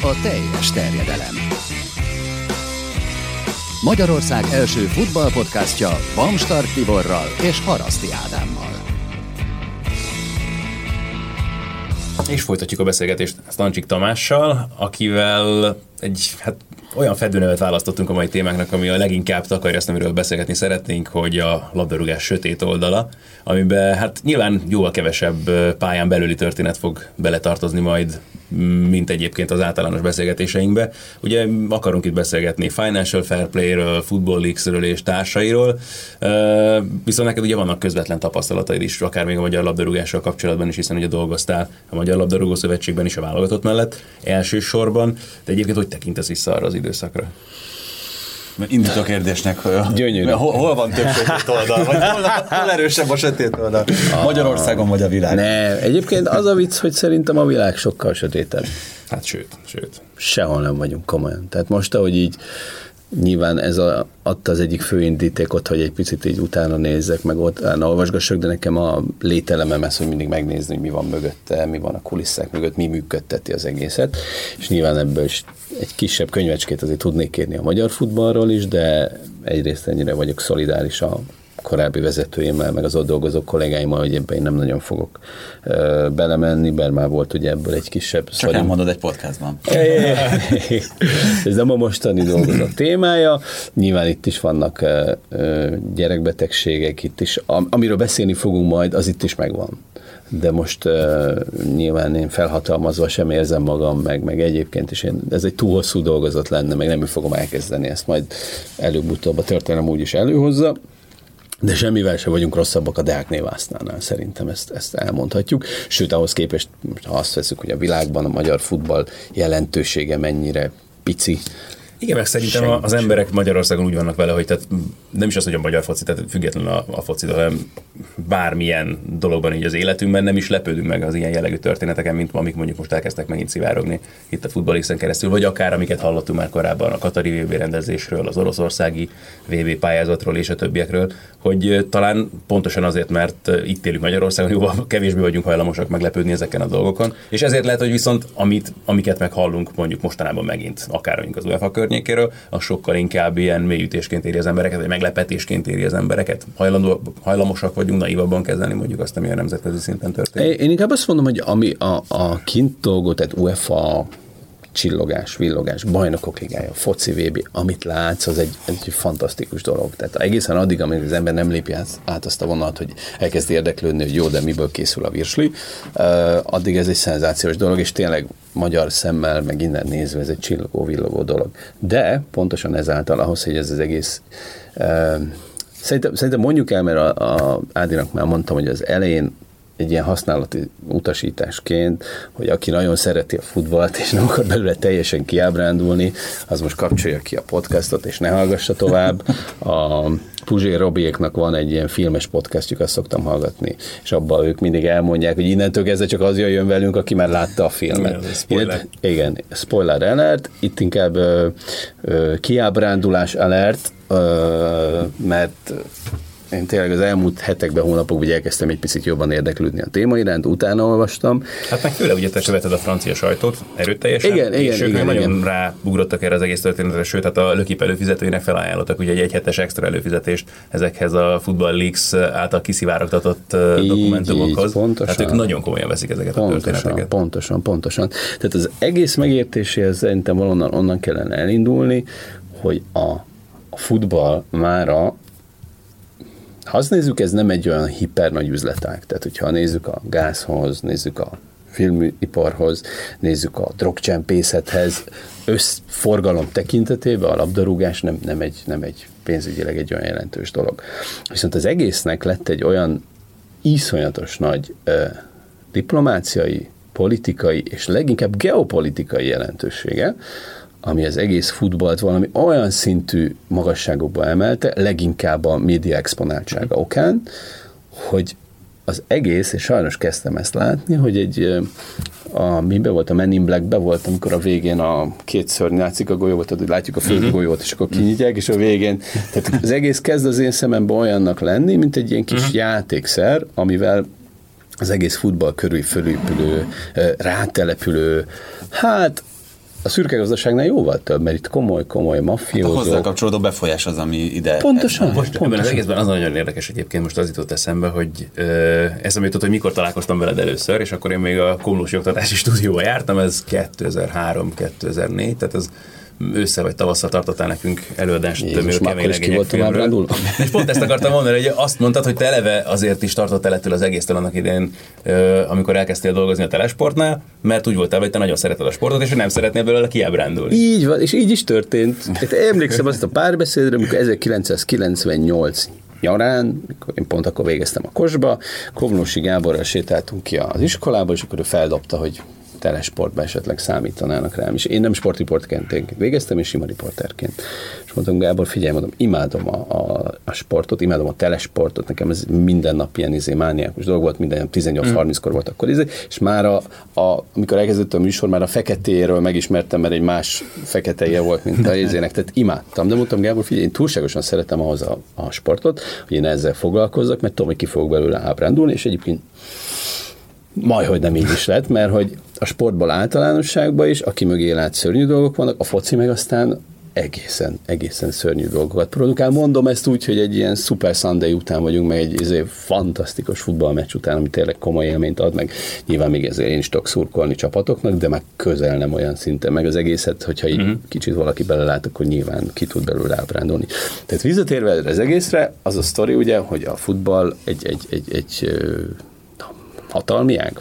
a teljes terjedelem. Magyarország első futballpodcastja Bamstart Tiborral és Haraszti Ádámmal. És folytatjuk a beszélgetést Stancsik Tamással, akivel egy olyan fedőnevet választottunk a mai témáknak, ami a leginkább takarja azt, amiről beszélgetni szeretnénk, hogy a labdarúgás sötét oldala, amiben nyilván jóval kevesebb pályán belüli történet fog beletartozni majd, mint egyébként az általános beszélgetéseinkbe. Ugye akarunk itt beszélgetni Financial Fair Play-ről, Football Leagues-ről és társairól, viszont neked ugye vannak közvetlen tapasztalataid is, akár még a magyar labdarúgással kapcsolatban is, hiszen ugye dolgoztál a Magyar Labdarúgó Szövetségben is a válogatott mellett elsősorban, de egyébként hogy tekintesz vissza arra az időszakra? Indító kérdésnek, gyönyörű. Hol van több sötét oldal, vagy hol erősebb a sötét oldal? Magyarországon vagy a világ? Ne, egyébként az a vicc, hogy szerintem a világ sokkal sötétebb. Hát sőt. Sehol nem vagyunk komolyan. Tehát most, ahogy így nyilván ez adta az egyik fő indítékot, hogy egy picit így utána nézzek, meg utána olvasgassak, de nekem a lételemem ez, hogy mindig megnézni, hogy mi van mögötte, mi van a kulisszák mögött, mi működteti az egészet. És nyilván ebből is egy kisebb könyvecskét azért tudnék írni a magyar futballról is, de egyrészt ennyire vagyok szolidáris a korábbi vezetőimmel, meg az ott dolgozó kollégáimmal, hogy ebben én nem nagyon fogok belemenni, mert már volt ugye ebből egy kisebb... Csak elmondod egy podcastban. Ez nem a mostani dolgozat témája. Nyilván itt is vannak gyerekbetegségek, itt is, amiről beszélni fogunk majd, az itt is megvan. De most nyilván én felhatalmazva sem érzem magam, meg egyébként is ez egy túl hosszú dolgozat lenne, meg nem fogom elkezdeni ezt, majd előbb-utóbb a történelem úgyis előhozza. De semmivel sem vagyunk rosszabbak a Deák Névásznánál, szerintem ezt elmondhatjuk. Sőt, ahhoz képest, ha azt veszük, hogy a világban a magyar futball jelentősége mennyire pici. Igen, meg szerintem az emberek Magyarországon úgy vannak vele, hogy tehát nem is az, hogy a magyar foci, tehát függetlenül a focitól, hanem bármilyen dologban így az életünkben nem is lepődünk meg az ilyen jellegű történeteken, mint amik mondjuk most elkezdtek megint szivárogni itt a Football Leagues-en keresztül, vagy akár amiket hallottunk már korábban a katari VB rendezésről, az oroszországi VB pályázatról és a többiekről, hogy talán pontosan azért, mert itt élünk Magyarországon, jóval kevésbé vagyunk hajlamosak meglepődni ezeken a dolgokon, és ezért lehet, hogy viszont amiket meghallunk mondjuk mostanában megint, akár mondjuk az UEFA környékéről, az sokkal inkább ilyen mélyütésként éri az embereket, vagy meglepetésként éri az embereket. Hajlamosak vagyunk naívabban kezelni mondjuk azt, ami a nemzetközi szinten történik. Én inkább azt mondom, hogy ami a kint dolgot, tehát UEFA csillogás, villogás, bajnokok ligája, foci VB, amit látsz, az egy fantasztikus dolog. Tehát egészen addig, amíg az ember nem lépi át azt a vonalat, hogy elkezd érdeklődni, hogy jó, de miből készül a virsli, addig ez egy szenzációs dolog, és tényleg magyar szemmel, meg innen nézve ez egy csillogó, villogó dolog. De pontosan ezáltal ahhoz, hogy ez az egész szerintem mondjuk el, mert a Ádinak már mondtam, hogy az elején egy ilyen használati utasításként, hogy aki nagyon szereti a futballt, és nem akar belőle teljesen kiábrándulni, az most kapcsolja ki a podcastot, és ne hallgassa tovább. A Puzsér Robiéknak van egy ilyen filmes podcastjuk, azt szoktam hallgatni, és abban ők mindig elmondják, hogy innentől kezdve csak az jön velünk, aki már látta a filmet. Igen, spoiler alert, itt inkább kiábrándulás alert, mert én tényleg az elmúlt hetekben, hónapokban elkezdtem egy picit jobban érdeklődni a téma iránt, utána olvastam. Hát meg főleg ugye te követed a francia sajtót erőteljesen, és ők nagyon ráugrottak erre az egész történetre, sőt, hát a Lökip előfizetőinek felajánlottak ugye egy egyhetes extra előfizetést ezekhez a Football Leagues által kiszivárogtatott dokumentumokhoz. Tehát ők nagyon komolyan veszik ezeket a történeteket. Pontosan. Tehát az egész megértéséhez szerintem valonnan onnan kellene elindulni, hogy a futball mára, ha azt nézzük, ez nem egy olyan hiper nagy üzletág. Tehát, hogyha nézzük a gázhoz, nézzük a filmiparhoz, nézzük a drogcsempészethez, összforgalom tekintetében a labdarúgás nem egy pénzügyileg egy olyan jelentős dolog. Viszont az egésznek lett egy olyan iszonyatos nagy diplomáciai, politikai és leginkább geopolitikai jelentősége, ami az egész futballt valami olyan szintű magasságokba emelte, leginkább a média exponáltsága okán, hogy az egész, és sajnos kezdtem ezt látni, hogy miben volt a Men in Black-be volt, amikor a végén a két szörny látszik a golyót, hogy látjuk a fő golyót, és akkor kinyitják, és a végén, tehát az egész kezd az én szememben olyannak lenni, mint egy ilyen kis játékszer, amivel az egész futball körül fölépülő, rátelepülő, a szürke gazdaságnál jóval több, mert itt komoly mafiózók. A hozzá kapcsolódó befolyás az, ami ide... Pontosan. Most ebben az egészben az nagyon érdekes egyébként, most az jutott eszembe, hogy eszembe jutott, hogy mikor találkoztam veled először, és akkor én még a Komlósi Oktatási Stúdióban jártam, ez 2003-2004, tehát ez ősszel vagy tavasszal tartottál nekünk előadást Jézus, már akkor is ki voltam ábrándulva. És pont ezt akartam mondani, hogy azt mondtad, hogy te eleve azért is tartottál ettől az egésztől annak idején, amikor elkezdtél dolgozni a Telesportnál, mert úgy voltál, hogy te nagyon szereted a sportot, és hogy nem szeretnél belőle kiábrándulni. Így van, és így is történt. Emlékszem azt a párbeszédre, amikor 1998 nyarán, én pont akkor végeztem a Kosba, Komlósi Gáborral sétáltunk ki az iskolába, és akkor ő feldobta, hogy Telesportban esetleg számítanának rám. És én nem sportriportként végeztem, és sima riporterként. És mondtam, Gábor, figyelj, mondom, imádom a sportot, imádom a telesportot, nekem ez minden nap ilyen mániákus dolog volt, minden 18-30-kor volt akkor és már amikor elkezdett a műsor, már a feketéről megismertem, mert egy más feketeje volt, mint a izének, tehát imádtam. De mondtam, Gábor, figyelj, én túlságosan szeretem ahhoz a sportot, hogy én ezzel foglalkozzak, mert tudom, hogy ki fogok belőle ábrándulni, és egyébként majdhogy nem így is lett, mert hogy a sportból általánosságban is, aki mögé lát szörnyű dolgok vannak, a foci meg aztán egészen szörnyű dolgokat produkál. Mondom ezt úgy, hogy egy ilyen Super Sunday után vagyunk, meg egy fantasztikus futballmeccs után, ami tényleg komoly élményt ad, meg nyilván még ezért én is tudok szurkolni csapatoknak, de meg közel nem olyan szinten, meg az egészet, hogyha így kicsit valaki belelát, akkor nyilván ki tud belőle ábrándulni. Tehát visszatérve az egészre, az a sztori ugye, hogy a futball egy hatalmi ág?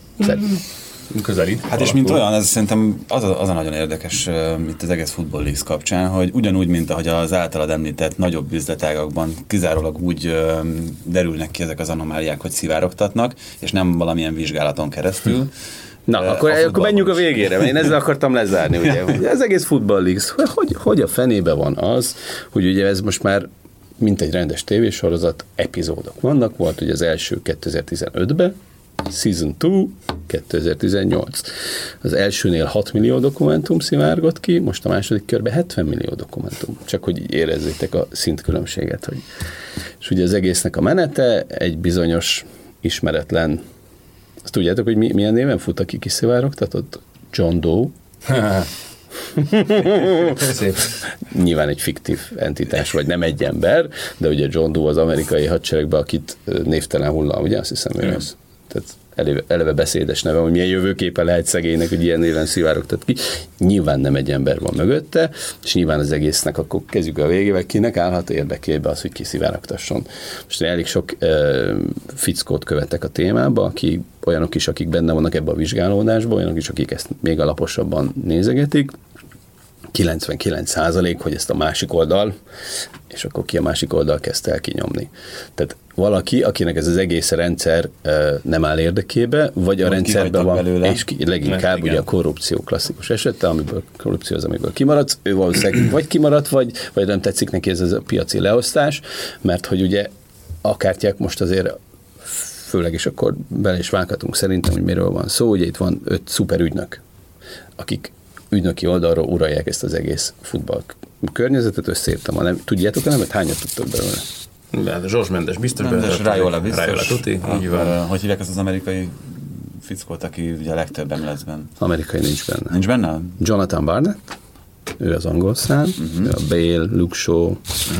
Közelít. Hát és mint olyan, ez szerintem az a nagyon érdekes itt az egész Football League kapcsán, hogy ugyanúgy, mint ahogy az általad említett nagyobb üzletágakban kizárólag úgy derülnek ki ezek az anomáliák, hogy szivárogtatnak, és nem valamilyen vizsgálaton keresztül. Na, akkor menjünk a végére, mert én ezzel akartam lezárni, ugye, hogy az egész Football League, hogy a fenébe van az, hogy ugye ez most már mint egy rendes tévésorozat, epizódok vannak, volt ugye az első 2015-ben, Season 2, 2018. Az elsőnél 6 millió dokumentum szivárgott ki, most a második körben 70 millió dokumentum. Csak hogy így érezzétek a szintkülönbséget. Hogy... És ugye az egésznek a menete egy bizonyos ismeretlen, azt tudjátok, hogy milyen néven fut, aki kiszivárogtatott? John Doe. Szép. Nyilván egy fiktív entitás, vagy nem egy ember, de ugye John Doe az amerikai hadseregben, akit névtelen hulla, ugye azt hiszem ő az. Tehát eleve beszédes neve, hogy milyen jövőképe lehet szegénynek, hogy ilyen néven szivárogtat ki. Nyilván nem egy ember van mögötte, és nyilván az egésznek akkor kezdjük a végével, kinek állhat érdekébe az, hogy kiszivárogtasson. Most elég sok fickót követek a témába, olyanok is, akik benne vannak ebben a vizsgálódásban, olyanok is, akik ezt még alaposabban nézegetik. 99%, hogy ezt a másik oldal, és akkor ki a másik oldal kezdte el kinyomni. Tehát valaki, akinek ez az egész rendszer nem áll érdekébe, vagy a rendszerben van, belőle. És leginkább ugye a korrupció klasszikus esete, korrupció az, amiből kimaradsz, ő valószínűleg vagy kimaradt, vagy nem tetszik neki ez a piaci leosztás, mert hogy ugye a kártyák most azért főleg is akkor bele is vághatunk szerintem, hogy miről van szó, ugye itt van 5 szuperügynök, akik ügynöki oldalról uralják ezt az egész futball környezetet, összeírtam a nem. Tudjátok a nevet? Hányat tudtok belőle? Zsors Mendes biztos. Raiola biztos. Raiola tuti. Hogy hívják ezt az amerikai fickót, aki ugye a legtöbben lesz benne? Amerikai nincs benne. Nincs benne? Jonathan Barnett, ő az angol szám, a Bale, Luke Shaw,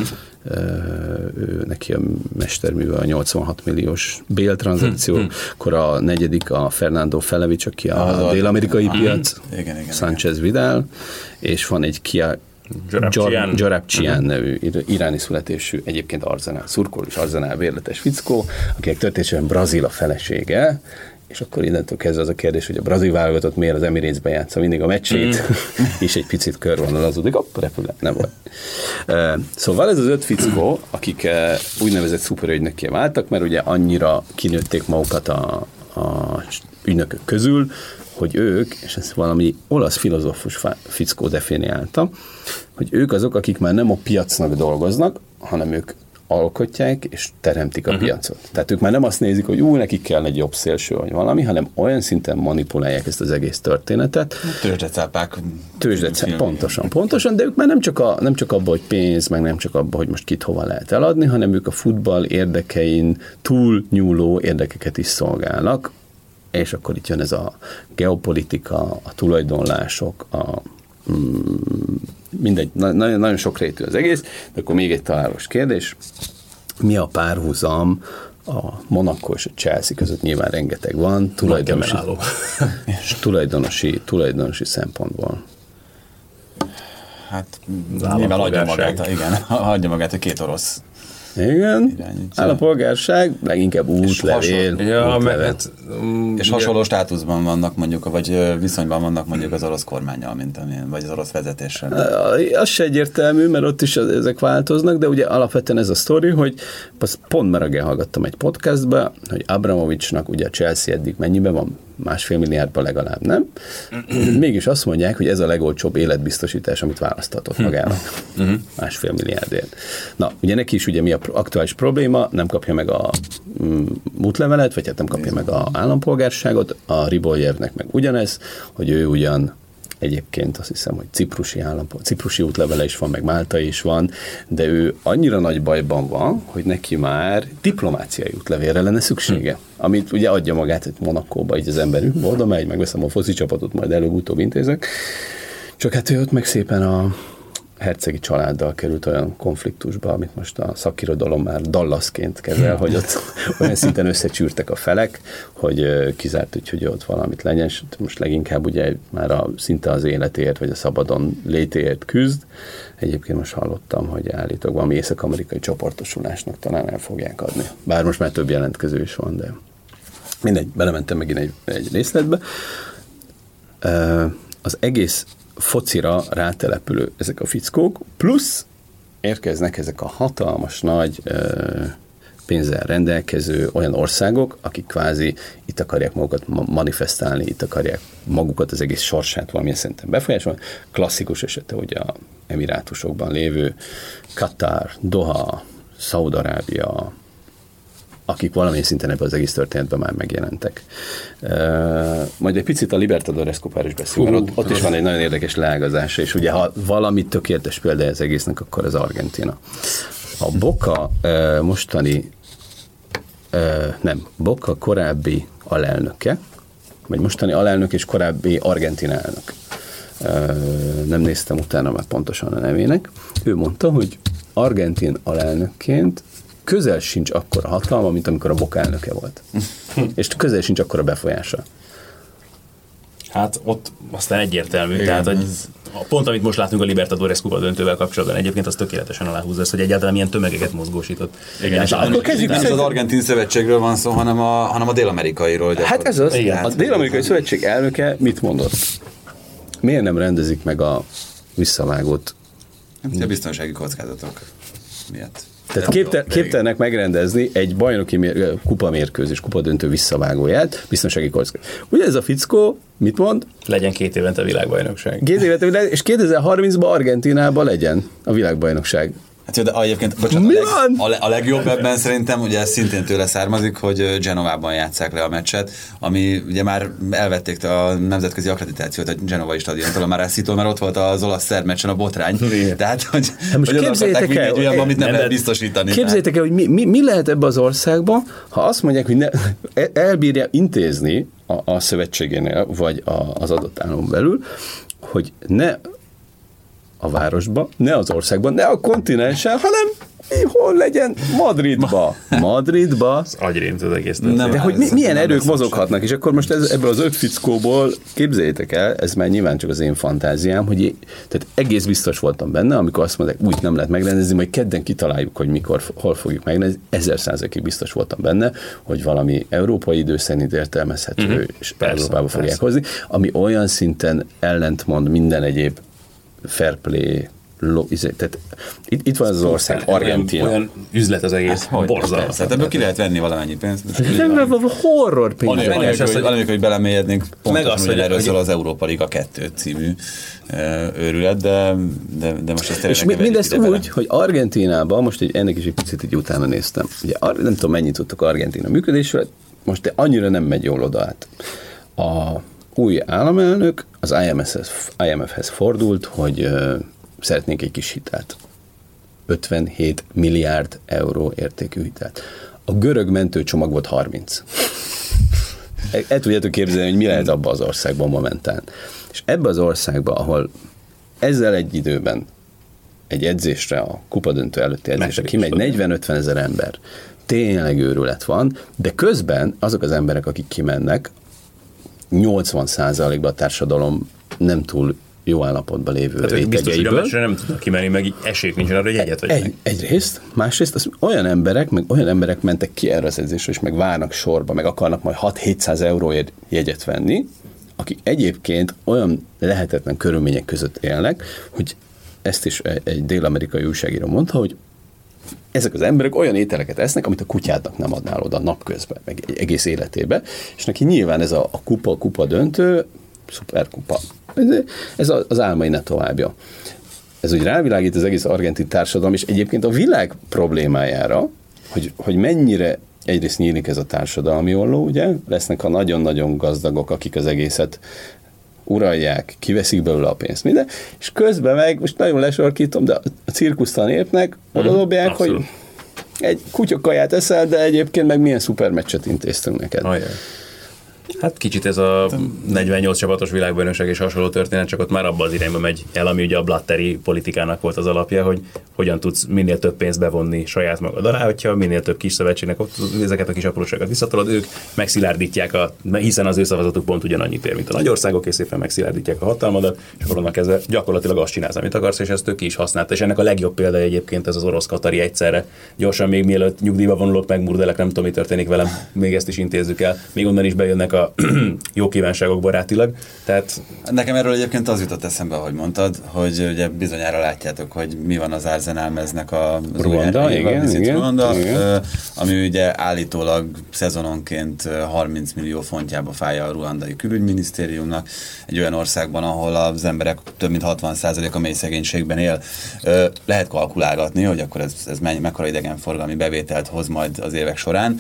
ő neki a mesterműve a 86 milliós Bale tranzakció, akkor a negyedik a Fernando Felevics, aki a dél-amerikai piac, Sánchez Vidal, és van egy Jarabcsian nevű iráni születésű, egyébként Arzenál szurkol, és Arzenál vérletes fickó, akinek történetesen Brazil a felesége, és akkor innentől kezdve az a kérdés, hogy a brazil válogatott miért az Emirates-ben játsza mindig a meccsét, és egy picit körvonalazódik, repül, nem volt. Szóval ez az 5 fickó, akik úgynevezett szuperügynökké váltak, mert ugye annyira kinőtték magukat a ügynökök közül, hogy ők, és ez valami olasz filozófus fickó definiálta, hogy ők azok, akik már nem a piacnak dolgoznak, hanem ők alkotják és teremtik a piacot. Tehát ők már nem azt nézik, hogy nekik kell egy jobb szélső vagy valami, hanem olyan szinten manipulálják ezt az egész történetet. Tőzsdecápák. Pontosan, de ők már nem csak abban, hogy pénz, meg nem csak abban, hogy most kit hova lehet eladni, hanem ők a futball érdekein túlnyúló érdekeket is szolgálnak. és akkor itt jön ez a geopolitika, a tulajdonlások, mindegy, nagyon sok rétű az egész, de akkor még egy találós kérdés. Mi a párhuzam a Monaco és a Chelsea között? Nyilván rengeteg van, tulajdonosi szempontból. Hát nyilván adja magát a két orosz. Igen, állampolgárság, leginkább útlevél. És hasonló státuszban vannak mondjuk, vagy viszonyban vannak mondjuk az orosz kormánnyal, vagy az orosz vezetéssel. Az se egyértelmű, mert ott is ezek változnak, de ugye alapvetően ez a sztori, hogy pont már hallgattam egy podcastba, hogy Abramovicsnak ugye a Chelsea eddig mennyiben van? 1,5 milliárdban legalább, nem? Mégis azt mondják, hogy ez a legolcsóbb életbiztosítás, amit választhatott magának. 1,5 milliárdért. Na, ugye neki is ugye mi a aktuális probléma, nem kapja meg a útlevelet, vagy hát nem kapja meg az állampolgárságot, a Riboljevnek meg ugyanez, hogy ő ugyan egyébként azt hiszem, hogy ciprusi útlevele is van, meg máltai is van, de ő annyira nagy bajban van, hogy neki már diplomáciai útlevélre lenne szüksége, amit ugye adja magát egy Monakóba, így az ember oda megy, megveszem a foci csapatot, majd előbb-utóbb intézek. Csak hát ő ott meg szépen a hercegi családdal került olyan konfliktusba, amit most a szakirodalom már Dallasként kezel, hogy ott olyan szinten összecsűrtek a felek, hogy kizárt úgy, hogy ott valamit legyen, és most leginkább ugye már szinte az életért, vagy a szabadon létéért küzd. Egyébként most hallottam, hogy állítólag valami észak-amerikai csoportosulásnak talán el fogják adni. Bár most már több jelentkező is van, de mindegy, belementem megint egy részletbe. Az egész focira rátelepülő ezek a fickók, plusz érkeznek ezek a hatalmas nagy pénzzel rendelkező olyan országok, akik kvázi itt akarják magukat manifestálni, itt akarják magukat, az egész sorsát valamilyen szinten befolyásolni. Klasszikus esete ugye a Emirátusokban lévő Katar, Doha, Szaúd-Arábia, akik valamilyen szinten ebben az egész történetben már megjelentek. Majd egy picit a Libertadores kupáról is beszélünk, mert ott is van egy nagyon érdekes leágazása, és ugye ha valami tökéletes példája az egésznek, akkor az Argentina. A Boca mostani, Boca korábbi alelnöke, vagy mostani alelnök és korábbi argentin elnök. Nem néztem utána már pontosan a nevének. Ő mondta, hogy argentin alelnökként közel sincs akkora hatalma, mint amikor a Boca elnöke volt. És közel sincs akkora befolyása. Hát ott aztán egyértelmű. Igen, tehát, hogy pont amit most látunk a Libertadores kupa döntővel kapcsolatban, egyébként az tökéletesen aláhúzza ezt, hogy egyáltalán milyen tömegeket mozgósított. Igen, és akkor kezdjük, nem az argentin szövetségről van szó, hanem a dél-amerikairól. Hát ez az. Igen. A dél-amerikai szövetség elnöke mit mondott? Miért nem rendezik meg a visszavágót? A biztonsági kockázatok miatt. Tehát képtelenek megrendezni egy bajnoki kupamérkőzés, kupadöntő visszavágóját, biztonsági kockázat. Ugye ez a fickó mit mond? Legyen 2 évente világbajnokság. 2 évente, és 2030-ban Argentínában legyen a világbajnokság. Hát jó, de egyébként, a legjobb ebben szerintem, ugye ez szintén tőle származik, hogy Genovában játsszák le a meccset, ami ugye már elvették a nemzetközi akkreditációt a genovai stadiontól, a Marassi-tól, mert ott volt az olasz-szerb meccsen a botrány. Tehát, hogy képzeljétek el, egy olyan, amit nem lehet biztosítani. Képzeljétek el, hogy mi lehet ebbe az országba, ha azt mondják, hogy elbírja intézni a szövetségénél, vagy az adott államon belül, hogy ne a városba, ne az országban, ne a kontinensen, hanem hol legyen? Madridba. Az agyrint az egész. De hogy milyen erők mozoghatnak, és akkor most ebből az 5 fickóból képzeljétek el, ez már nyilván csak az én fantáziám, hogy tehát egész biztos voltam benne, amikor azt mondják, úgy nem lehet megrendezni, majd kedden kitaláljuk, hogy hol fogjuk megrendezni, 1000%-ig biztos voltam benne, hogy valami európai idő szerint értelmezhető, és Európába fogják hozni, ami olyan szinten ellentmond minden egyéb fair play, tehát itt van az ország, Argentina. Olyan üzlet az egész, borzalmas. Hát ebből ki lehet venni valamennyi pénzt. Horror pénz. Anélkül, hogy belemélyednénk, pontosan, hogy erről szól az Európa Liga 2 című őrület, de most ezt és mindezt úgy, hogy Argentínában, most ennek is egy picit így utána néztem, ugye nem tudom mennyit tudtok Argentína működésről, most annyira nem megy jól oda át. A új államelnök az IMF-hez fordult, hogy szeretnénk egy kis hitelt. 57 milliárd euró értékű hitelt. A görög mentőcsomag volt 30. el tudjátok képzelni, hogy mi lehet abban az országban momentán. És ebben az országban, ahol ezzel egy időben egy edzésre, a kupadöntő előtti edzésre kimegy 40-50 ezer ember, tényleg őrület van, de közben azok az emberek, akik kimennek, 80%-ban a társadalom nem túl jó állapotban lévő rétegeiből. Biztos, hogy a meccsre nem tudnak kimenni, meg esélyt nincsen arra, hogy egyet vagy. Egyrészt, másrészt olyan emberek mentek ki erre az edzésre, és meg várnak sorba, meg akarnak majd 6-700 euróért jegyet venni, akik egyébként olyan lehetetlen körülmények között élnek, hogy ezt is egy dél-amerikai újságíró mondta, hogy ezek az emberek olyan ételeket esznek, amit a kutyádnak nem adnál oda napközben, meg egész életébe, és neki nyilván ez a kupa döntő, szuperkupa, ez az álmai ne továbbja. Ez úgy rávilágít az egész argentin társadalom, és egyébként a világ problémájára, hogy mennyire egyrészt nyílik ez a társadalmi olló, ugye, lesznek a nagyon-nagyon gazdagok, akik az egészet uralják, kiveszik belőle a pénzt, minden, és közben meg, most nagyon lesorkítom, de a cirkusztal népnek odadobják, hogy egy kutyakaját eszel, de egyébként meg milyen szupermeccset intéztünk neked. Ajaj. Hát kicsit ez a 48 csapatos világbajnokság és hasonló történet, csak ott már abban az irányba megy el, ami ugye a blatteri politikának volt az alapja, hogy hogyan tudsz minél több pénzt bevonni saját magad alá, hogyha minél több kis szövetségnek ezeket a kis apróságokat visszatolod, ők megszilárdítják, hiszen az ő szavazatuk pont ugyanannyit ér, mint a nagy országok, és szépen megszilárdítják a hatalmadat, és akkor onnan kezdve gyakorlatilag azt csinálsz, amit akarsz, és ezt ő ki is használta. És ennek a legjobb példa egyébként ez az orosz-katari egyszerre. Gyorsan még mielőtt nyugdíjba vonulok, megmurdelek, nem tudom, mi történik velem, még ezt is intézzük el. Még onnan is bejönnek a jó kívánságok barátilag. Tehát... Nekem erről egyébként az jutott eszembe, ahogy mondtad, hogy ugye bizonyára látjátok, hogy mi van az Arsenal meznek a Ruanda, igen, ami ugye állítólag szezononként 30 millió fontjába fájja a ruandai külügyminisztériumnak, egy olyan országban, ahol az emberek több mint 60%-a mély szegénységben él. Lehet kalkulálgatni, hogy akkor ez mekkora idegenforgalmi bevételt hoz majd az évek során,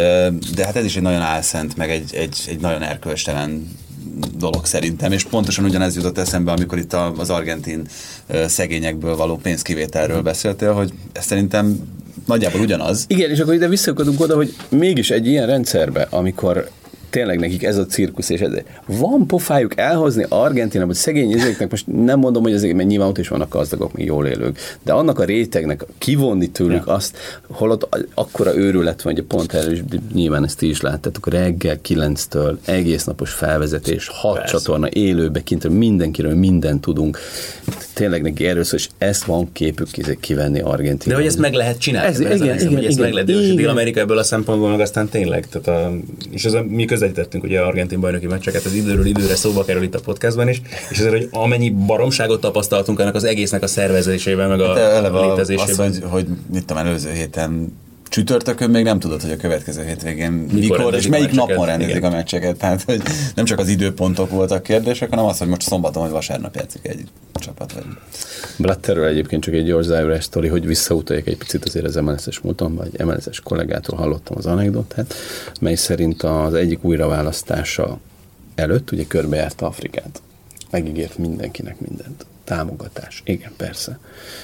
de hát ez is egy nagyon álszent, meg egy nagyon erkölcstelen dolog szerintem, és pontosan ugyanez jutott eszembe, amikor itt az argentin szegényekből való pénzkivételről beszéltél, hogy ez szerintem nagyjából ugyanaz. Igen, és akkor ide visszakadunk oda, hogy mégis egy ilyen rendszerbe, amikor tényleg nekik ez a cirkusz, és ez van pofájuk elhozni Argentinában, hogy szegény ezeknek, most nem mondom, hogy azért, mert nyilván ott is vannak gazdagok, még jól élők, de annak a rétegnek kivonni tőlük azt, holott akkora őrület van, hogy pont erről is, nyilván ezt ti is láttátok, reggel 9-től egész napos felvezetés, 6 csatorna élőbe, kintről mindenkiről mindent tudunk. Tényleg neki erről szól, és ezt van képük kivenni Argentinában. De hogy ezt meg lehet csinálni. Ezt meg lehet, és Dél-Amerika ebből a szempontból meg aztán tényleg, tehát és mi közvetítettünk ugye argentin bajnoki meccseket, az időről időre szóba kerül itt a podcastban is, és ezért, hogy amennyi baromságot tapasztaltunk ennek az egésznek a szervezésében, meg a létezésében. Az, hogy mit tudom, előző héten csütörtökön még nem tudod, hogy a következő hétvégén mikor és melyik napon rendezik a meccseket. Tehát, hogy nem csak az időpontok voltak kérdések, hanem az, hogy most szombaton vagy vasárnap játszik egy csapat. Vagy... Blatterről egyébként csak egy gyors zájúrás sztori, hogy visszautaljak egy picit azért az MLS-es múlton, vagy MLS-es kollégától hallottam az anekdotát, mely szerint az egyik újraválasztása előtt ugye körbejárta Afrikát. Megígért mindenkinek mindent. Támogatás. Igen, persze.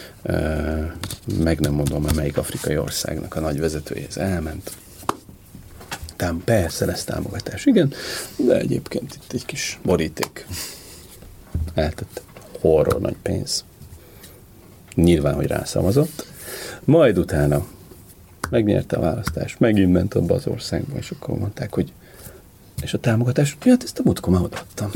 Meg nem mondom, hogy melyik afrikai országnak a nagy vezetőjéhez elment. Persze lesz támogatás, igen, de egyébként itt egy kis boríték. Eltette horror nagy pénz. Nyilván, hogy rászavazott. Majd utána megnyerte a választást, megint ment abba az országba, és akkor mondták, hogy és a támogatás, hát ezt a múltkor már odaadtam.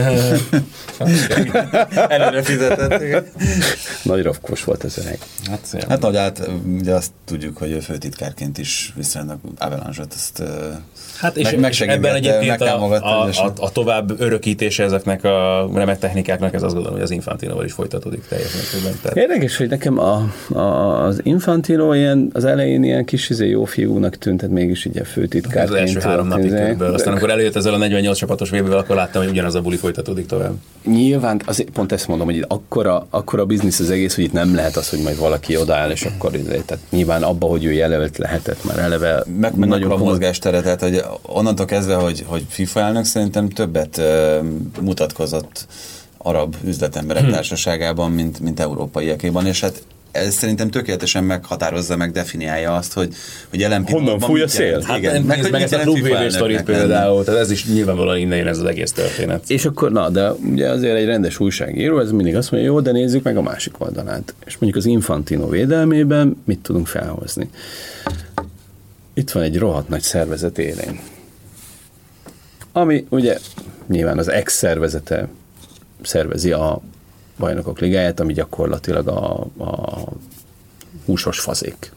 Előre fizetett. Nagy rafkos volt ez a Hát nagy ugye azt tudjuk, hogy ő főtitkárként is viszonylag Avalanche-ot ezt hát és ebben egyébként a tovább örökítése ezeknek a remek technikáknak, ez azt gondolom, hogy az Infantinoval is folytatódik teljes mértékben. Érdekes, hogy nekem az Infantino ilyen, az elején ilyen kis jó fiúnak tűnt, tehát mégis így a főtitkárként. Az első 3 napig körülbelül. Aztán amikor előjött ezzel a 48 csapatos VB-vel, akkor láttam, hogy ugyanaz a buli folytatódik tovább. Nyilván, azért pont ezt mondom, hogy itt akkora biznisz az egész, hogy itt nem lehet az, hogy majd valaki odaáll, és akkor tehát nyilván abba, hogy ő jelölt lehetett már eleve. Meg nagyon a mozgásteret, tehát hogy onnantól kezdve, hogy FIFA elnök szerintem többet mutatkozott arab üzletemberek társaságában, mint európaiakéban, és hát ez szerintem tökéletesen meghatározza, meg definiálja azt, hogy jelen honnan fúj a szél? Hát igen, meg ezt a Klub VB sztorit például, tehát ez is nyilvánvalóan innen jön ez az egész történet. És akkor, na, de ugye azért egy rendes újságíró, ez mindig azt mondja, jó, de nézzük meg a másik oldalát. És mondjuk az Infantino védelmében mit tudunk felhozni? Itt van egy rohadt nagy szervezet élén, ami ugye nyilván az ex-szervezete szervezi a Bajnokok Ligáját, ami gyakorlatilag a húsos fazék.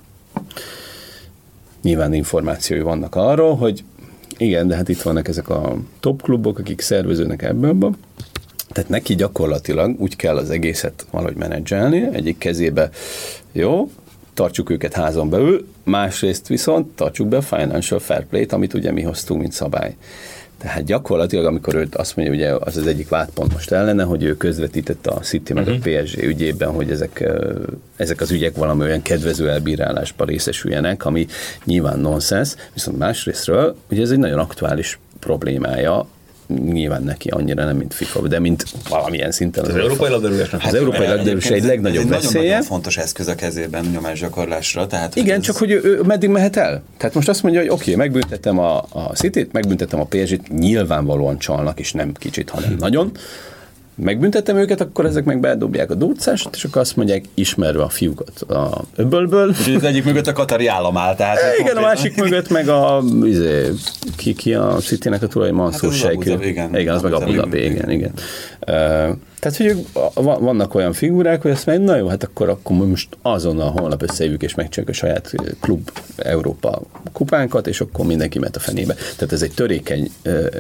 Nyilván információi vannak arról, hogy igen, de hát itt vannak ezek a top klubok, akik szerveződnek ebből. Tehát neki gyakorlatilag úgy kell az egészet valahogy menedzselni, egyik kezébe jó, tartsuk őket házon belül, másrészt viszont tartsuk be a financial fair play-t, amit ugye mi hoztunk, mint szabály. Tehát gyakorlatilag, amikor ő azt mondja, ugye az egyik vádpont most ellene, hogy ő közvetítette a City meg a PSG ügyében, hogy ezek az ügyek valami olyan kedvező elbírálásba részesüljenek, ami nyilván nonsens, viszont másrésztről, ugye ez egy nagyon aktuális problémája, nyilván neki annyira nem, mint FIFA, de mint valamilyen szinten. Az európai labdarúgásnak. Az európai labdarúgás egy legnagyobb veszélye. Nagyon fontos eszköz a kezében nyomásgyakorlásra. Tehát, igen, csak hogy ő meddig mehet el? Tehát most azt mondja, hogy oké, megbüntettem a Cityt, megbüntettem a PSG-t, nyilvánvalóan csalnak, és nem kicsit, hanem nagyon. Megbüntettem őket, akkor ezek meg bedobják a durcást, és akkor azt mondják, ismerve a fiúkat a öbölből. Úgyhogy az egyik mögött a katari állam áll. Tehát igen, a másik mögött meg ki a Citynek a tulaj, Mansur Sheikh. Igen, az meg Abu Dhabi, igen. Tehát, hogy vannak olyan figurák, hogy azt mondják, na jó, hát akkor most azonnal holnap összejövünk, és megcsináljuk a saját klub Európa kupánkat, és akkor mindenki mehet a fenébe. Tehát ez egy törékeny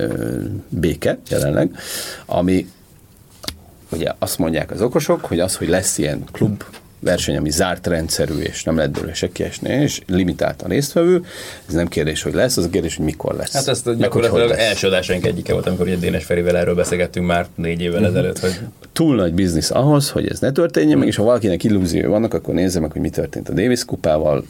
béke jelenleg, ami ugye azt mondják az okosok, hogy az, hogy lesz ilyen klub verseny, ami zárt rendszerű, és nem lehet belőle se kiesni, és limitált a résztvevő, ez nem kérdés, hogy lesz, az a kérdés, hogy mikor lesz. Hát ezt gyakorlatilag első adásaink egyike volt, amikor ugye Dénes Ferivel erről beszélgettünk már 4 évvel ezelőtt, hogy túl nagy biznisz ahhoz, hogy ez ne történjen meg, és ha valakinek illúziói vannak, akkor nézze meg, hogy mi történt a Davis kupával.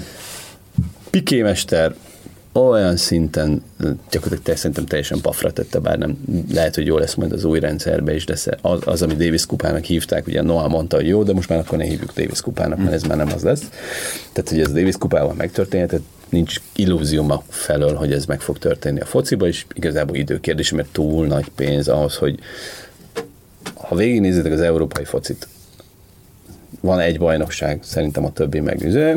Piqué mester olyan szinten gyakorlatilag szerintem teljesen pafra tette, bár nem lehet, hogy jó lesz majd az új rendszerbe is, de az, ami Davis kupának hívták, ugye Noah mondta, hogy jó, de most már akkor ne hívjuk Davis kupának, mert ez már nem az lesz. Tehát, hogy ez Davis kupával megtörténhet, nincs illúzióm felől, hogy ez meg fog történni a fociba, és igazából időkérdés, mert túl nagy pénz ahhoz, hogy ha végignézitek az európai focit, van egy bajnokság, szerintem a többi megüző.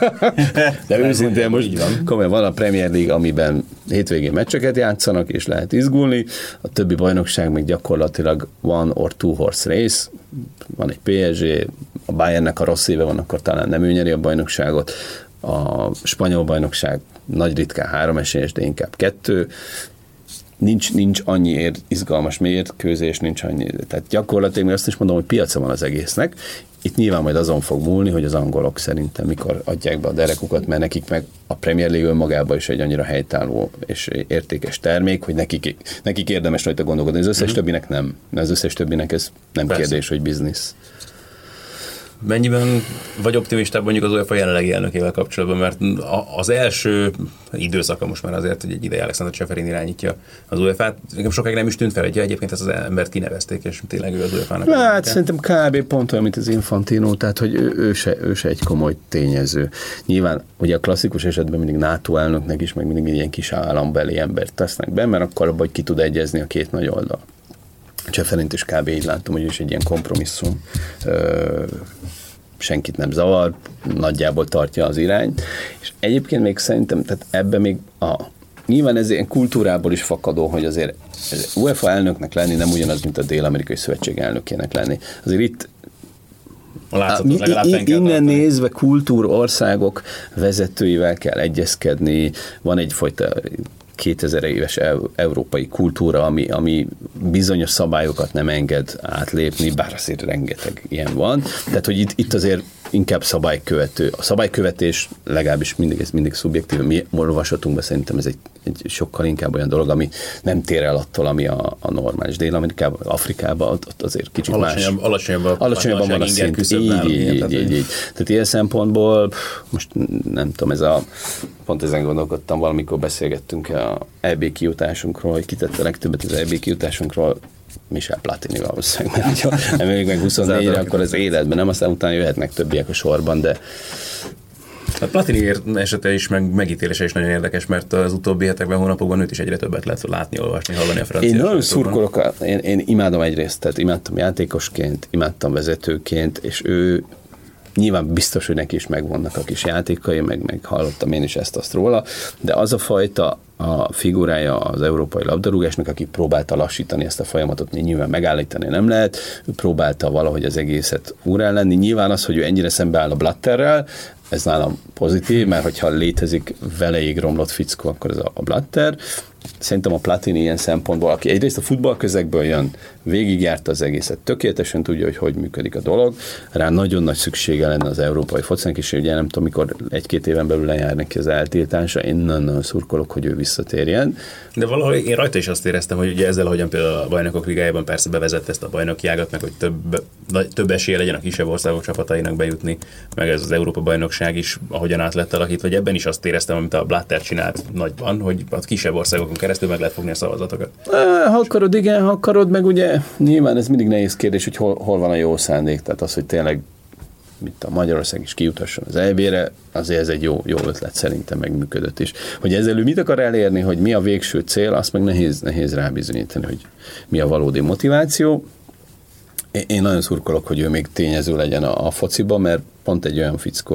De őszintén most komolyan van a Premier League, amiben hétvégén meccseket játszanak, és lehet izgulni. A többi bajnokság meg gyakorlatilag one or two horse race. Van egy PSG, a Bayernnek a rossz éve van, akkor talán nem ő nyeri a bajnokságot. A spanyol bajnokság nagy ritkán 3 esélyes, de inkább 2. Nincs annyi izgalmas mérkőzés, nincs annyi. Tehát gyakorlatilag azt is mondom, hogy piaca van az egésznek. Itt nyilván majd azon fog múlni, hogy az angolok szerintem mikor adják be a derekukat, mert nekik meg a Premier League önmagában is egy annyira helytálló és értékes termék, hogy nekik érdemes rajta gondolkodni. Az összes többinek nem. Az összes többinek ez nem kérdés, hogy biznisz. Mennyiben vagy optimistább mondjuk az UEFA jelenlegi elnökével kapcsolatban, mert az első időszaka most már azért, hogy egy ideje Alexander Ceferin irányítja az UEFA-t, nekem sokáig nem is tűnt fel, hogy egyébként ezt az embert kinevezték, és tényleg ő az UEFA-nak. Hát szerintem kb. Pont olyan, mint az Infantino, tehát hogy ő se egy komoly tényező. Nyilván ugye a klasszikus esetben mindig NATO elnöknek is, meg mindig ilyen kis állambeli embert tesznek be, mert akkor abban ki tud egyezni a két nagy oldal. Ceferint is kb. Így látom, hogy is egy ilyen kompromisszum, senkit nem zavar, nagyjából tartja az irányt, és egyébként még szerintem, tehát ebben még nyilván ez ilyen kultúrából is fakadó, hogy azért UEFA elnöknek lenni nem ugyanaz, mint a Dél-Amerikai Szövetség elnökének lenni. Azért itt innen nézve kultúrországok vezetőivel kell egyezkedni, van egyfajta 2000 éves európai kultúra, ami bizonyos szabályokat nem enged átlépni, bár azért rengeteg ilyen van. Tehát, hogy itt azért inkább szabálykövető. A szabálykövetés legalábbis mindig szubjektív. Mi olvasatunkban szerintem ez egy sokkal inkább olyan dolog, ami nem tér el attól, ami a normális Dél-Amerikában, Afrikában, ott azért kicsit alacsonyabban van a szint. Így. Tehát ilyen szempontból, most nem tudom, pont ezen gondolkodtam, valamikor beszélgettünk a EB kijutásunkról, hogy kitette legtöbbet az EB kijutásunkról. Michel Platini valószínűleg, mert ha emeljük meg 24-re, akkor az életben nem, aztán utána jöhetnek többiek a sorban, de A Platini esete is, megítélése is nagyon érdekes, mert az utóbbi hetekben, hónapokban őt is egyre többet lehet látni, olvasni, hallani a francia. Én nagyon szurkolok, én imádom egyrészt, tehát imádtam játékosként, imádtam vezetőként, és ő nyilván biztos, hogy neki is megvannak a kis játékai, meg hallottam én is ezt-azt róla, de az a fajta a figurája az európai labdarúgásnak, aki próbálta lassítani ezt a folyamatot, nyilván megállítani nem lehet, ő próbálta valahogy az egészet úrán lenni. Nyilván az, hogy ő ennyire szembeáll a Blatterrel, ez nálam pozitív, mert hogyha létezik veleig romlott fickó, akkor ez a Blatter. Szerintem a Platini ilyen szempontból, aki egyrészt a futballközegből jön, végigjárta az egészet, tökéletesen tudja, hogy működik a dolog, rá nagyon nagy szüksége lenne az európai focának, és ugye nem tudom, mikor 1-2 éven belül lejár neki az eltiltása, én nagyon szurkolok, hogy ő visszatérjen. De valahogy én rajta is azt éreztem, hogy ugye ezzel, ahogyan például a Bajnokok Ligájában persze bevezette ezt a bajnoki ágat, meg hogy több esélye legyen a kisebb országok csapatainak bejutni, meg ez az Európa-bajnokság is, ahogyan át lett alakítva, hogy ebben is azt éreztem, amit a Blatter csinált nagyban, hogy a kisebb országokon keresztül meg lehet fogni a szavazatokat. Ha akarod, igen, ha akarod, meg ugye nyilván ez mindig nehéz kérdés, hogy hol van a jó szándék, tehát az, hogy tényleg mint a Magyarország is kijutasson az EB-re, azért ez egy jó ötlet, szerintem megműködött is. Hogy ezzel ő mit akar elérni, hogy mi a végső cél, azt meg nehéz rábizonyítani, hogy mi a valódi motiváció. Én nagyon szurkolok, hogy ő még tényező legyen a fociba, mert pont egy olyan fickó,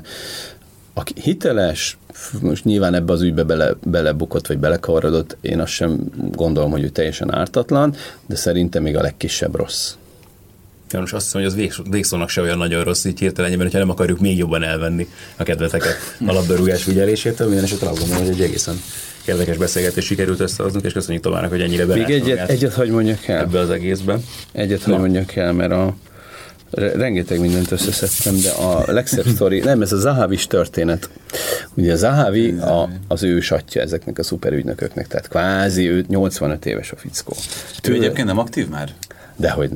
aki hiteles, most nyilván ebbe az ügybe belebukott, vagy belekavarodott, én azt sem gondolom, hogy ő teljesen ártatlan, de szerintem még a legkisebb rossz. Ja, most azt hiszem, hogy az végszónak se olyan nagyon rossz így hirtelenjében, hogyha nem akarjuk még jobban elvenni a kedveteket a labdarúgás figyelésétől. Minden esetre azt gondolom, hogy egy egészen érdekes beszélgetés sikerült összehoznunk, és köszönjük Tomának, hogy ennyire beállt magát egyet hagy mondjak el. Ebbe az egészben. Hagy mondjak el, mert rengeteg mindent összeszedtem, de a legszebb sztori, nem, ez a Zahavis történet. Ugye a Zahavi az ősatja ezeknek a szuperügynököknek, tehát kvázi ő 85 éves a fickó. Ő egyébként nem aktív már? Dehogy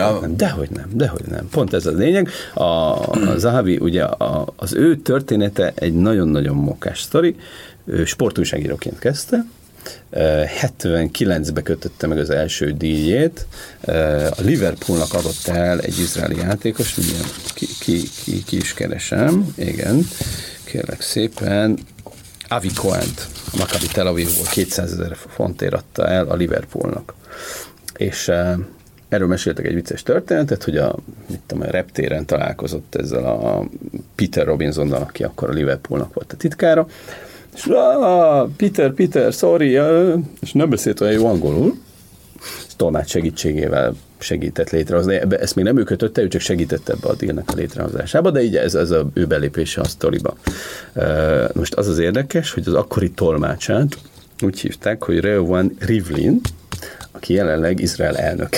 nem. Pont ez a lényeg. A Zahavi, ugye az ő története egy nagyon-nagyon mókás sztori. Ő sportújságíróként kezdte, 79-ben kötötte meg az első díjét, a Liverpoolnak adott el egy izraeli játékos, ugye ki is keresem, igen, kérlek szépen, Avi Cohent, a Maccabi Tel Avivból 200 000 fontért adta el a Liverpoolnak. És erről meséltek egy vicces történetet, hogy a reptéren találkozott ezzel a Peter Robinsonnal, aki akkor a Liverpoolnak volt a titkára, és Peter, sorry, és nem beszélt olyan jó angolul, tolmács segítségével segített létrehozni. Ezt még nem ő kötötte, ő csak segítette ebbe a dílnek a létrehozásába, de így ez az ő belépése a sztoriba. Most az érdekes, hogy az akkori tolmácsát úgy hívták, hogy Reuven Rivlin, aki jelenleg Izrael elnök.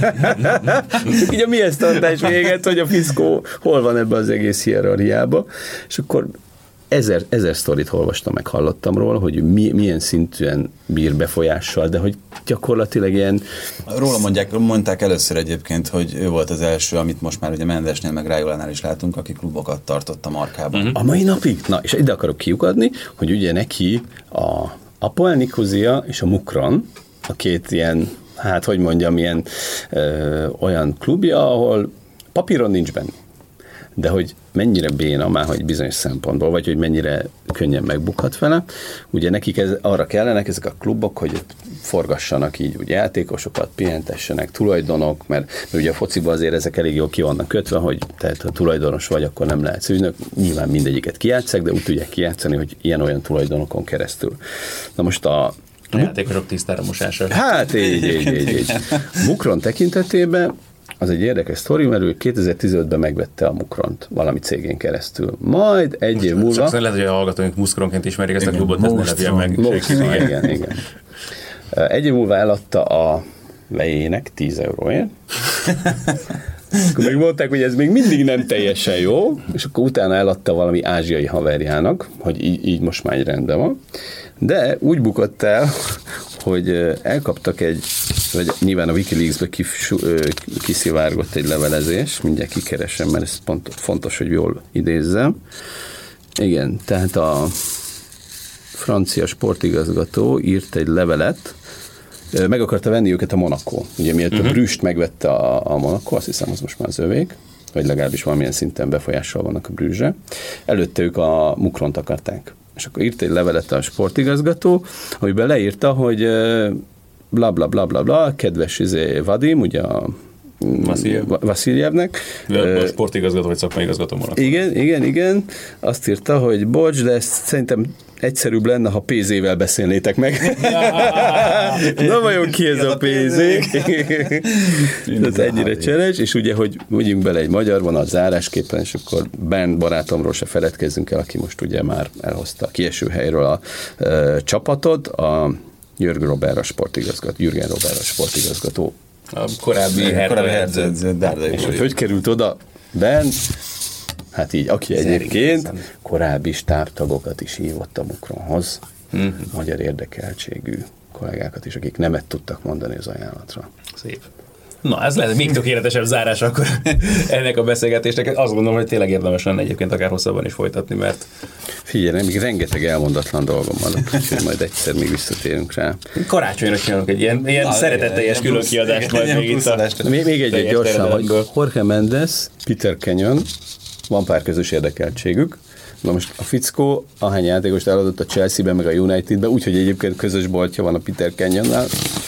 Ugye mi ezt tartás véget, hogy a fiszkó hol van ebben az egész hierarchiába, és akkor ezer sztorit olvastam, meg hallottam róla, hogy milyen szintűen bír befolyással, de hogy gyakorlatilag ilyen... Róla mondták először egyébként, hogy ő volt az első, amit most már ugye Mendesnél, meg Rájolánál is látunk, aki klubokat tartott a Markában. A mai napig? Na, és ide akarok kiukadni, hogy ugye neki a Apoel Nikózia és a Mukron, a két ilyen, ilyen olyan klubja, ahol papíron nincs benne. De hogy mennyire béna már, hogy bizonyos szempontból, vagy hogy mennyire könnyen megbukhat vele. Ugye nekik arra kellenek ezek a klubok, hogy forgassanak így úgy játékosokat, pihentessenek, tulajdonok, mert ugye a fociban azért ezek elég jól ki vannak kötve, hogy tehát ha tulajdonos vagy, akkor nem lehetsz ügynök. Nyilván mindegyiket kijátszák, de úgy tudják kijátszani, hogy ilyen-olyan tulajdonokon keresztül. Na most a játékosok tisztára mosása. Hát így. Mukron tekintetében az egy érdekes sztori, mert ő 2015-ben megvette a Mukront valami cégén keresztül. Majd egy év múlva... Csak lehet, hogy a hallgatóink Muskronként ismerik ezt a klubot, ez ne lepjen meg. Igen. Egy év múlva eladta a vejének 10 euróért. Akkor még mondták, hogy ez még mindig nem teljesen jó, és akkor utána eladta valami ázsiai haverjának, hogy így most már rendben van. De úgy bukott el, hogy elkaptak vagy nyilván a Wikileaks-be kiszivárgott egy levelezés, mindjárt kikeresem, mert ez fontos, hogy jól idézzem. Igen, tehát a francia sportigazgató írt egy levelet meg akarta venni őket a Monaco. Ugye miért a Brüst megvette a Monaco, azt hiszem, az most már az övék, vagy legalábbis valamilyen szinten befolyással vannak a Brüsre. Előtte ők a Mukront akarták. És akkor írt egy levelet a sportigazgató, amiben leírta, hogy bla bla bla bla bla, kedves Vadim, ugye a Vasiljevnek. A sportigazgató vagy szakmai igazgató Monaco. Igen. Azt írta, hogy bocs, de ezt szerintem egyszerűbb lenne, ha PZ-vel beszélnétek meg. Na vajon ki ez a PZ? Ez ennyire cseres, és ugye, hogy mondjunk bele egy magyar vonal zárásképpen, és akkor Bernd barátomról se feledkezzünk el, aki most ugye már elhozta a kieső helyről a csapatot, a Jürgen Robert a sportigazgató. A korábbi Hertha. És hogy került oda Bernd? Hát így, aki egyébként korábbi stábtagokat is hívott a Mukronhoz, magyar érdekeltségű kollégákat is, akik nemet tudtak mondani az ajánlatra. Szép. Na, ez lehet még tökéletesebb zárás akkor ennek a beszélgetésnek. Azt gondolom, hogy tényleg érdemes lenne egyébként akár hosszabban is folytatni, mert... Figyelj, még rengeteg elmondatlan dolgom van, úgyhogy majd egyszer még visszatérünk rá. Karácsonyra csinálunk egy ilyen szeretetteljes külön kiadást majd még itt a... Még egy gyorsan, hogy Jorge Mendes, Peter Kenyon, van pár közös érdekeltségük. Na most a fickó ahány játékost eladott a Chelsea-ben, meg a United-ben, úgyhogy egyébként közös boltja van a Peter Kenyonnál.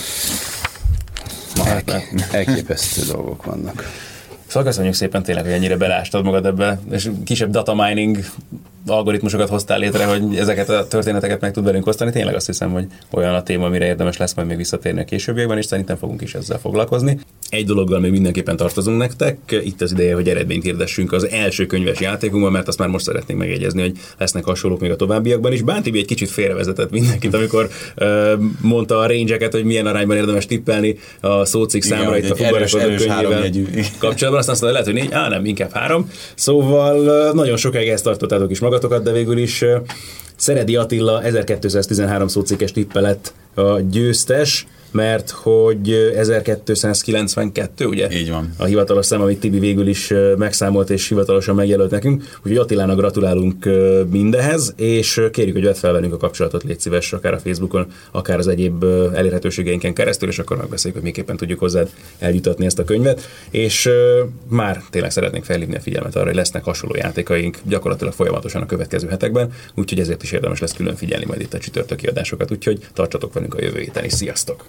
Elképesztő dolgok vannak. Szóval köszönjük szépen tényleg, hogy ennyire belástad magad ebbe, és kisebb data mining algoritmusokat hoztál létre, hogy ezeket a történeteket meg tud velünk osztani. Tényleg azt hiszem, hogy olyan a téma, amire érdemes lesz majd még visszatérni a későbbiekben, és szerintem fogunk is ezzel foglalkozni. Egy dologgal még mindenképpen tartozunk nektek, itt az ideje, hogy eredményt hirdessünk az első könyves játékunkban, mert azt már most szeretnénk megjegyezni, hogy lesznek hasonlók még a továbbiakban is. Bántibi egy kicsit félrevezetett mindenkit, amikor mondta a range-eket, hogy milyen arányban érdemes tippelni a szócikk számra itt a futballrekorder könyvével kapcsolatban. Aztán azt mondta, lehet, hogy 4, nem, inkább 3. Szóval nagyon sokáig ezt tartottátok is magatokat, de végül is Szeredi Attila 1213 szócikkes tippe lett a győztes, mert hogy 1292, ugye? Így van. A hivatalos szám, amit Tibi végül is megszámolt és hivatalosan megjelölt nekünk. Úgyhogy Attilának gratulálunk mindehez, és kérjük, hogy vedd fel velünk a kapcsolatot, légy szíves, akár a Facebookon, akár az egyéb elérhetőségeinken keresztül, és akkor megbeszéljük, hogy miképpen tudjuk hozzád eljutatni ezt a könyvet. És már tényleg szeretnénk felhívni a figyelmet arra, hogy lesznek hasonló játékaink gyakorlatilag folyamatosan a következő hetekben, úgyhogy ezért is érdemes lesz külön figyelni majd itt a csütörtöki adásokat, úgyhogy tartsatok velünk a jövő héten is. Sziasztok!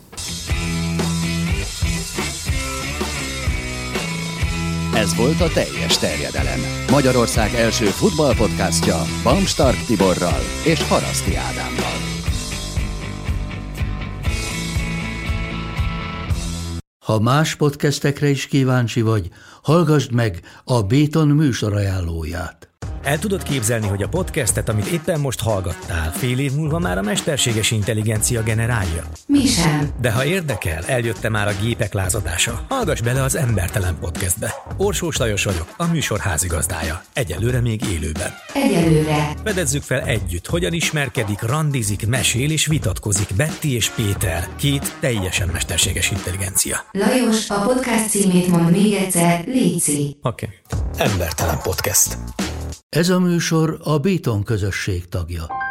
Ez volt a Teljes terjedelem. Magyarország első futballpodcastja Bamstark Tiborral és Haraszti Ádámmal. Ha más podcastekre is kíváncsi vagy, hallgassd meg a Béton műsor ajánlóját. El tudod képzelni, hogy a podcastet, amit éppen most hallgattál, fél év múlva már a mesterséges intelligencia generálja? Mi sem. De ha érdekel, eljött már a gépek lázadása. Hallgass bele az Embertelen Podcastbe. Orsós Lajos vagyok, a műsor házigazdája. Egyelőre még élőben. Egyelőre. Fedezzük fel együtt, hogyan ismerkedik, randizik, mesél és vitatkozik Betty és Péter, két teljesen mesterséges intelligencia. Lajos, a podcast címét mond még egyszer, léci. Oké. Embertelen Podcast. Ez a műsor a Béton közösség tagja.